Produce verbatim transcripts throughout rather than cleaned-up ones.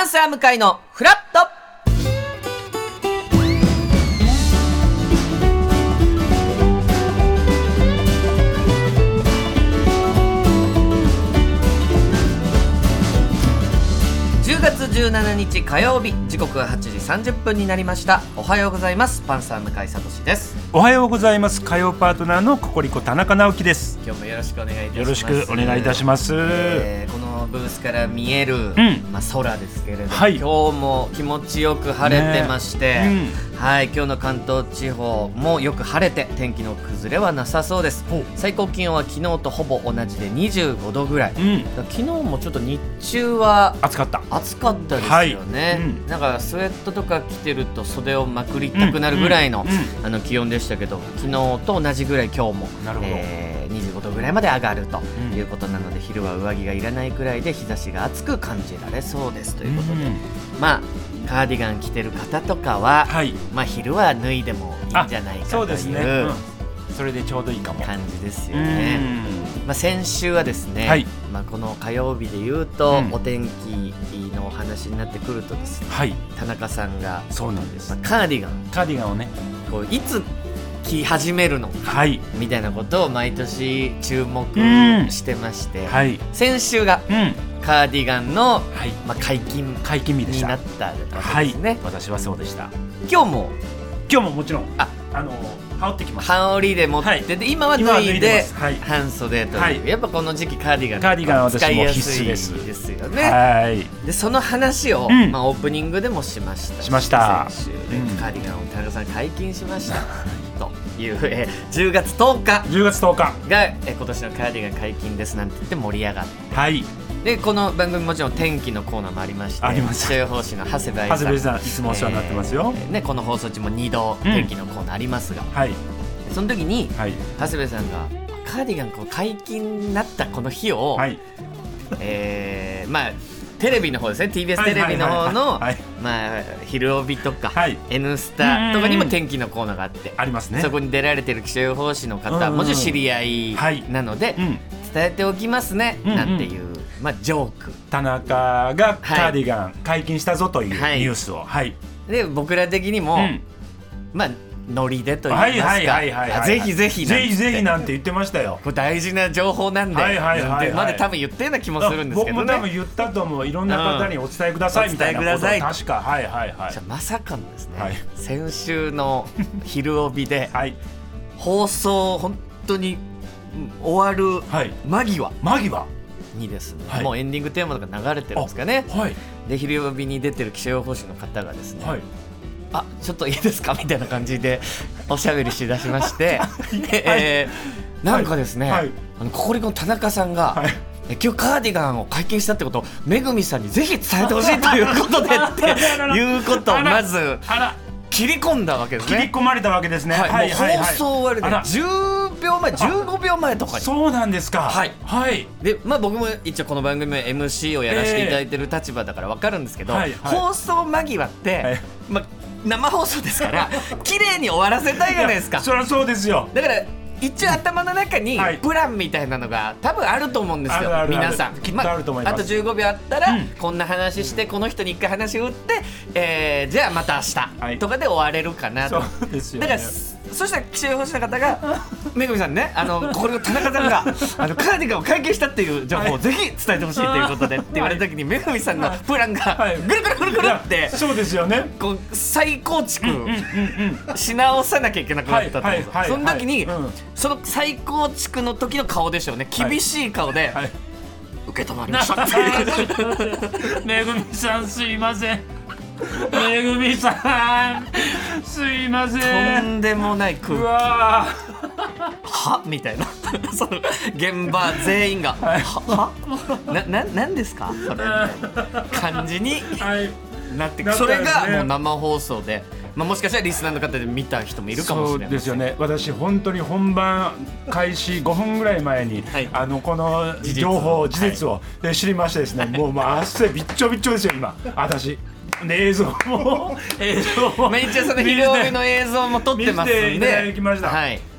パンサー向井のフラット。じゅうがつじゅうしちにち火曜日、時刻ははちじさんじゅっぷんになりました。おはようございます。パンサー向井聡です。 おはようございます。火曜パートナーのココリコ田中直樹です。 今日もよろしくお願いいたします。 よろしくお願いいたします、 えー、このブースから見える、うんまあ、空ですけれども、はい、今日も気持ちよく晴れてまして、ねうん、はい今日の関東地方もよく晴れて天気の崩れはなさそうです。最高気温は昨日とほぼ同じでにじゅうごどぐらい、うん、昨日もちょっと日中は暑かった暑かったですよね、はいうん、なんかスウェットとか着てると袖をまくりたくなるぐらいの、うんうん、あの気温でしたけど、昨日と同じぐらい今日もなるほど、えー、にじゅうごどぐらいまで上がるということなので、うん、昼は上着がいらないくらいで日差しが暑く感じられそうですということで、うん、まあカーディガン着てる方とかは、はいまあ、昼は脱いでもいいんじゃないかというそうですね、うん、それでちょうどいいかも感じですよね。まあ、先週はですね、はいまあ、この火曜日でいうと、うん、お天気のお話になってくるとですね、はい、田中さんがそうなんです、 まあ、カーディガンカーディガンをねこういつ着始めるのか、はい、みたいなことを毎年注目してまして、うんはい、先週が、うんカーディガンの、はいまあ、解禁解禁日でしたになったわけですね、 はい、私はそうでした。 今日も今日ももちろんああの羽織ってきました。 羽織で持って、はい、で今は脱いで半袖という、はい、やっぱこの時期カーディガンカーディガンは使いやすいですですよね。 はいでその話を、うんまあ、オープニングでもしましたしました先週で、うん、カーディガンを田中さん解禁しましたという、えー、じゅうがつとおかじゅうがつとおかが、えー、今年のカーディガン解禁ですなんて言って盛り上がって、 はいでこの番組もちろん天気のコーナーもありまして気象予報士の長谷部愛さん、 長谷部さんいつもお世話になってますよ、 えーね、この放送中もにど天気のコーナーありますが、うんはい、その時に、はい、長谷部さんがカーディガンこう解禁になったこの日を、はいえー、まあテレビの方ですね ティービーエス テレビの方の昼帯とか、はい、N スタとかにも天気のコーナーがあってありますね。 そこに出られてる気象予報士の方もちろん知り合いなので、はいうん、伝えておきますね、うんうん、なんていう、まあ、ジョーク田中がカーディガン解禁したぞというニュースを、はいはい、 で僕ら的にも、うん、まあノリでと言いますかぜひぜひぜひぜひなんて言ってましたよ。 これ大事な情報なんで、はいはいはいはい、まだ多分言ったような気もするんですけどね。 僕も多分言ったと思う。いろんな方にお伝えくださいみたいなことを確かはいはいはい。 じゃまさかのですね、はい、先週の昼帯で、はい、放送本当に終わる間際、はい、 間際にですね、はい、もうエンディングテーマとか流れてるんですかね、はい、で昼帯に出てる気象予報士の方がですね、はいあちょっといいですかみたいな感じでおしゃべりしだしまして、はいえー、なんかですね、はい、あのココリコの田中さんが、はい、え今日カーディガンを解禁したってことをめぐみさんにぜひ伝えてほしいということでっていうことをまず切り込んだわけですね。 切り込まれたわけですね、 はいはいはいはい、放送終わりでじゅうびょうまえじゅうごびょうまえとかにそうなんですか。 はい、はい、で、まあ、僕も一応この番組の エムシー をやらせていただいてる立場だから分かるんですけど、えーはいはい、放送間際って、はいまあ生放送ですから綺麗に終わらせたいじゃないですか。 そりゃそうですよ。 だから一応頭の中にプランみたいなのが多分あると思うんですよ、はい、皆さんきっとあると思います、 まあ、あとじゅうごびょうあったら、うん、こんな話してこの人に一回話を打って、えー、じゃあまた明日、はい、とかで終われるかなと。 そうですよね。 だからそしたら気象予報士の方がめぐみさんねあのこれを田中さんがあのカーディガンを解禁したっていう情報をぜひ伝えてほしいということでって言われた時にめぐみさんのプランがぐるぐるぐるぐるってそうですよねこう再構築し直さなきゃいけなくなったと思うんですよ。その時にその再構築の時の顔でしょうね。厳しい顔で受け止まりましたっていうめぐみさんすいませんめぐみさんすいませんとんでもない空気うわはみたいなその現場全員が、はい、ははなななんですかそれみたいな感じになってくる、はい、それがもう生放送で、まあ、もしかしたらリスナーの方で見た人もいるかもしれない。 そうですよね。私本当に本番開始ごふんぐらい前に、はい、あのこの情報事実を、はい、知りましてですね、もうまあ汗びっちょびっちょですよ今私で映像も映像も一応その昼帯の映像も撮ってますんで見せていただきました、 はい、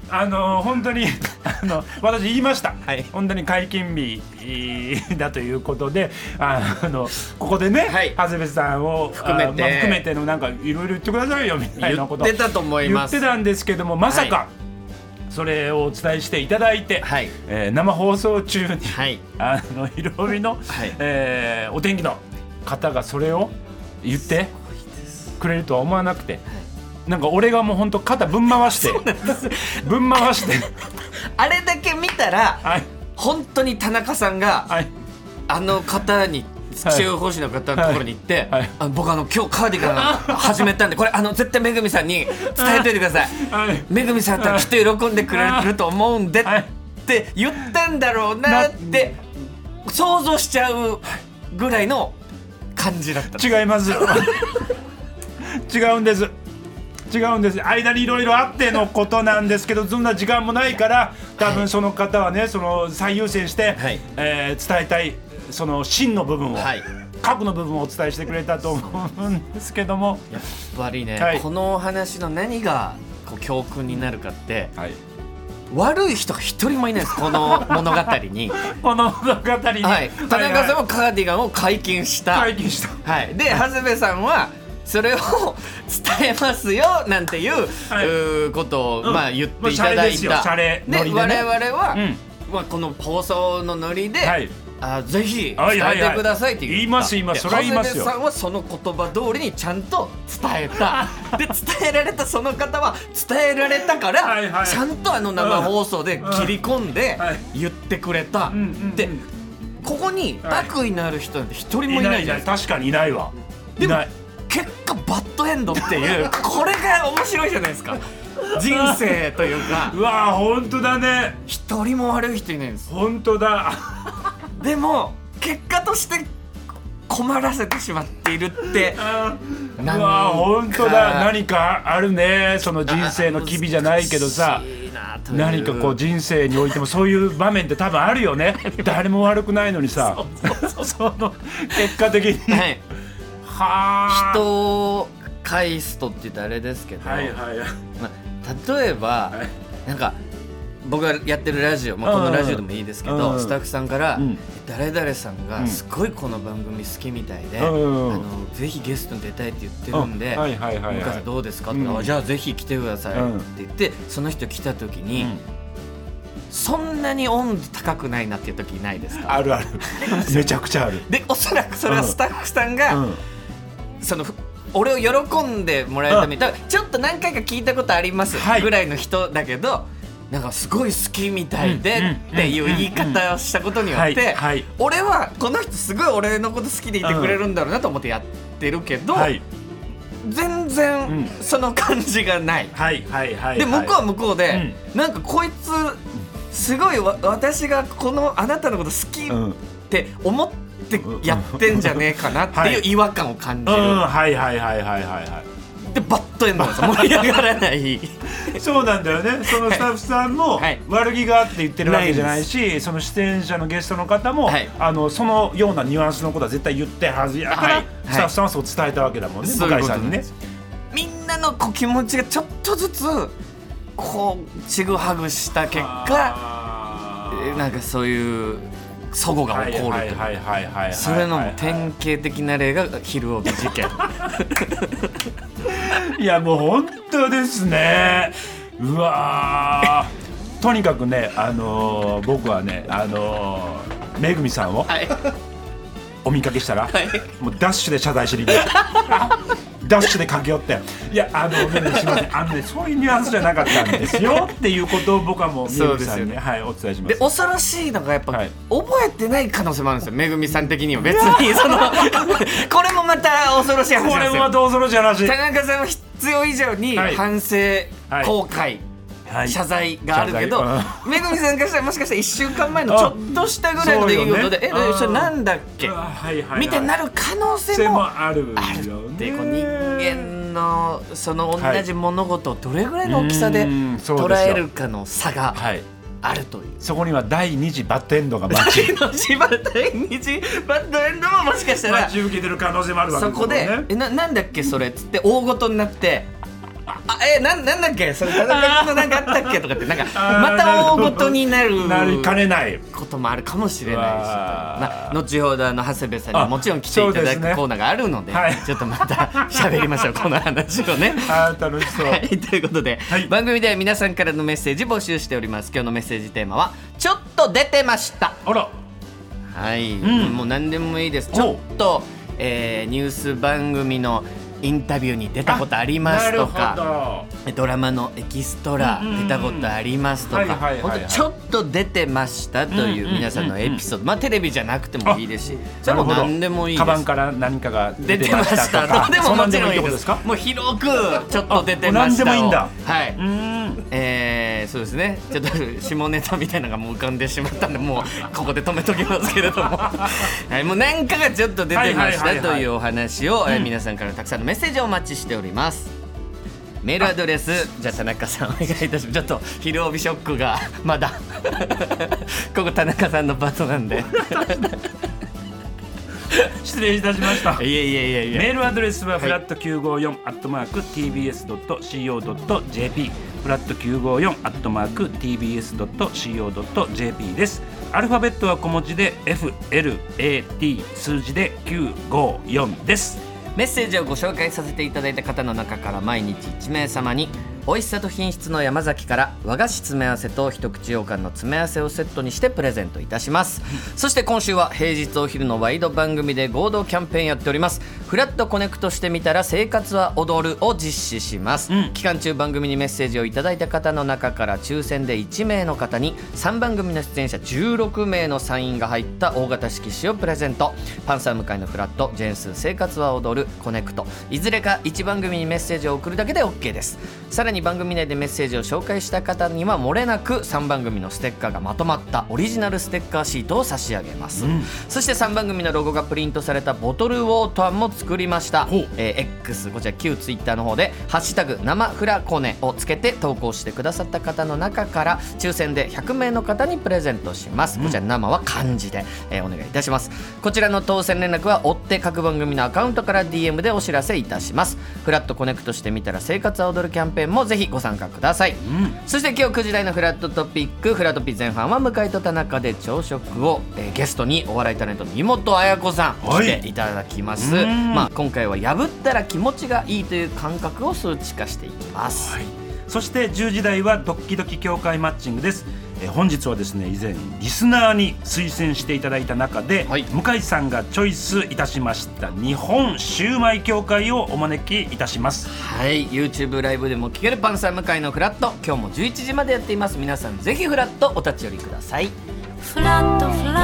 あの本当にあの私言いました、 はい、 本当に解禁日だということで、あのここでね、はい、長谷部さんを含めて、 まあ、含めてのなんかいろいろ言ってくださいよみたいなこと言ってたと思います。 言ってたんですけども、まさか、はい、それをお伝えしていただいて、はい、えー、生放送中に、はい、あのひろみの、はい、えー、お天気の方がそれを言ってくれるとは思わなくて、なんか俺がもう本当肩ぶん回してぶん回してあれだけ見たら、はい、本当に田中さんが、はい、あの方に気象予報士の方のところに行って、はいはい、あの僕あの今日カーディガン始めたんでこれあの絶対めぐみさんに伝えといてください、はい、めぐみさんだったらきっと喜んでくれると思うんでって言ったんだろうなって想像しちゃうぐらいの感じだった。 違います違うんです違うんです。間にいろいろあってのことなんですけど、そんな時間もないから多分その方はね、その最優先して、はい、えー、伝えたいその真の部分を、はい、核の部分をお伝えしてくれたと思うんですけども、 やっぱりね、はい、この話の何がこう教訓になるかって、はい、悪い人が一人もいないですこの物語にこの物語に、 はい、田中さんもカーディガンを解禁した解禁した、 はい、で長谷部さんはそれを伝えますよなんていう、はい、うことを、うん、まあ、言っていただいた。 で、 ね、我々は、うん、まあ、この放送のノリで、はい、あぜひ伝えてくださいって言った。 言います今それは言いますよ。 長谷部さんはその言葉通りにちゃんと伝えたで伝えられたその方は伝えられたからはい、はい、ちゃんとあの生放送で切り込んで言ってくれた、うんうん、でここに悪意のある人なんて一人もいないじゃないですか。 確かにいないわ。 いない。結果バッドエンドっていうこれが面白いじゃないですか人生というかうわー本当だね。 一人も悪い人いないんです。 本当だでも結果として困らせてしまっているってうわー本当だ。何かあるね。その人生の機微じゃないけどさ、何かこう人生においてもそういう場面って多分あるよね誰も悪くないのにさその結果的に、はい、は人を返すとって言ったらあれですけど、はいはい、まあ、例えば、はい、なんか僕がやってるラジオ、まあ、このラジオでもいいですけど、うん、スタッフさんから、うん、誰々さんがすごいこの番組好きみたいで、うん、あのぜひゲストに出たいって言ってるんで、向井さんどうですかって、うん、じゃあぜひ来てくださいって言って、うん、その人来た時に、うん、そんなに温度高くないなっていう時ないですか？ あるあるめちゃくちゃある。 でおそらくそれはスタッフさんが、うん、その俺を喜んでもらえるために、ちょっと何回か聞いたことありますぐらいの人だけど、はい、なんかすごい好きみたいでっていう言い方をしたことによって俺はこの人すごい俺のこと好きでいてくれるんだろうなと思ってやってるけど、はい、全然その感じがない。で向こうは向こうで、うん、なんかこいつすごいわ私がこのあなたのこと好きって思ってってやってんじゃねえかなっていう違和感を感じる。 はいはいはいはいはいはいでバッドエンドです。盛り上がらないそうなんだよね。そのスタッフさんも悪気があって言ってるわけじゃないし、はい、その出演者のゲストの方も、はい、あのそのようなニュアンスのことは絶対言ってはずやから、はい、スタッフさんはそう伝えたわけだもんね、向井さんにね。 みんなのこう気持ちがちょっとずつこうちぐはぐした結果なんかそういう齟齬が起こると。それの典型的な例が昼帯事件いやもう本当ですね。うわとにかくね、あのー、僕はね、あのー、めぐみさんを、はい、お見かけしたら、はい、もうダッシュで謝罪しに行くダッシュで駆け寄っていやあのめぐみすいませんあの、ね、そういうニュアンスじゃなかったんですよっていうことを僕はもうめぐみさんに、ね、はい、お伝えします。 で恐ろしいのがやっぱ、はい、覚えてない可能性もあるんですよめぐみさん的には。別にそのこれもまた恐ろしい話なんですよ。 これもまた恐ろしい話。 田中さんは必要以上に反省、はい、後悔、はいはい、謝罪があるけど、うん、めぐみさんからしたらもしかしたらいっしゅうかんまえのちょっとしたぐらいの出来事で、ね、えそれなんだっけ、はいはいはい、みたいになる可能性もあるっていう、こう人間のその同じ物事をどれぐらいの大きさで捉えるかの差があるという、 そこには第二次バッドエンドが待ち第二次バッドエンドももしかしたら待ち受けてる可能性もあるわけですよね。そこでえ な, なんだっけそれっつって大ごとになってあえな, なんだっけそれ田中君のなんかあったっけとかってなんかまた大ごとになるなりかねないこともあるかもしれないし、まあ、後ほどあの長谷部さんにもちろん来ていただくコーナーがあるので、はい、ちょっとまた喋りましょうこの話をね。 あ楽しそう、 はい、ということで、はい、番組では皆さんからのメッセージ募集しております。今日のメッセージテーマはちょっと出てました。 あらはい、うん、もう何でもいいです。ちょっと、えー、ニュース番組のインタビューに出たことありますとか、ドラマのエキストラ出たことありますとか、ちょっと出てましたという皆さんのエピソード、まあテレビじゃなくてもいいですし、それも何でもいいです。 カバンから何かが出てましたとか、 でももちろんいいです。もう広くちょっと出てましたを、 何でもいいんだ。 はい、うんえー、そうですね。ちょっと下ネタみたいなのがもう浮かんでしまったんで、もうここで止めときますけれども、はい、もう何かがちょっと出てましたというお話を皆さんからたくさんのメッセージをお待ちしております。メールアドレスじゃあ田中さんお願いいたします。ちょっと昼帯ショックがまだここ田中さんの場所なんで失礼いたしました。 いえいえいえいえ。 メールアドレスはフラットきゅうごよんアットマーク ティービーエスドットシーオードットジェーピー フラットきゅうごよんアットマーク ティービーエスドットシーオードットジェーピー です。アルファベットは小文字で エフエルエーティー 数字できゅうごよんです。 メッセージをご紹介させていただいた方の中から毎日いち名様に美味しさと品質の山崎から和菓子詰め合わせと一口羊羹の詰め合わせをセットにしてプレゼントいたします、うん、そして今週は平日お昼のワイド番組で合同キャンペーンやっております。フラットコネクトしてみたら生活は踊るを実施します、うん、期間中番組にメッセージをいただいた方の中から抽選でいち名の方にさんばん組の出演者じゅうろく名のサインが入った大型色紙をプレゼント。パンサー向井のフラット、ジェーンスー生活は踊る、コネクトいずれかいち番組にメッセージを送るだけで OK です。さらに番組内でメッセージを紹介した方には漏れなくさん番組のステッカーがまとまったオリジナルステッカーシートを差し上げます、うん、そしてさん番組のロゴがプリントされたボトルウォーターも作りました、えー、X こちら旧ツイッターの方でハッシュタグ生フラコネをつけて投稿してくださった方の中から抽選でひゃく名の方にプレゼントします、うん、こちら生は漢字で、えー、お願いいたします。こちらの当選連絡は追って各番組のアカウントから ディーエム でお知らせいたします。フラットコネクトしてみたら生活は踊るキャンペーンもぜひご参加ください、うん、そして今日くじ台のフラットトピックフラトピ前半は向井と田中で朝食を、えー、ゲストにお笑いタレントの井本彩子さん来ていただきます、まあ、今回は破ったら気持ちがいいという感覚を数値化していきます、はい、 そしてじゅうじ台はドッキドキ協会マッチングです。え本日はですね以前リスナーに推薦していただいた中で、はい、向井さんがチョイスいたしました日本シウマイ協会をお招きいたします。 はい、 YouTube ライブでも聴けるパンサー向井のフラット、今日もじゅういちじまでやっています。皆さんぜひフラットお立ち寄りください。フラットフラット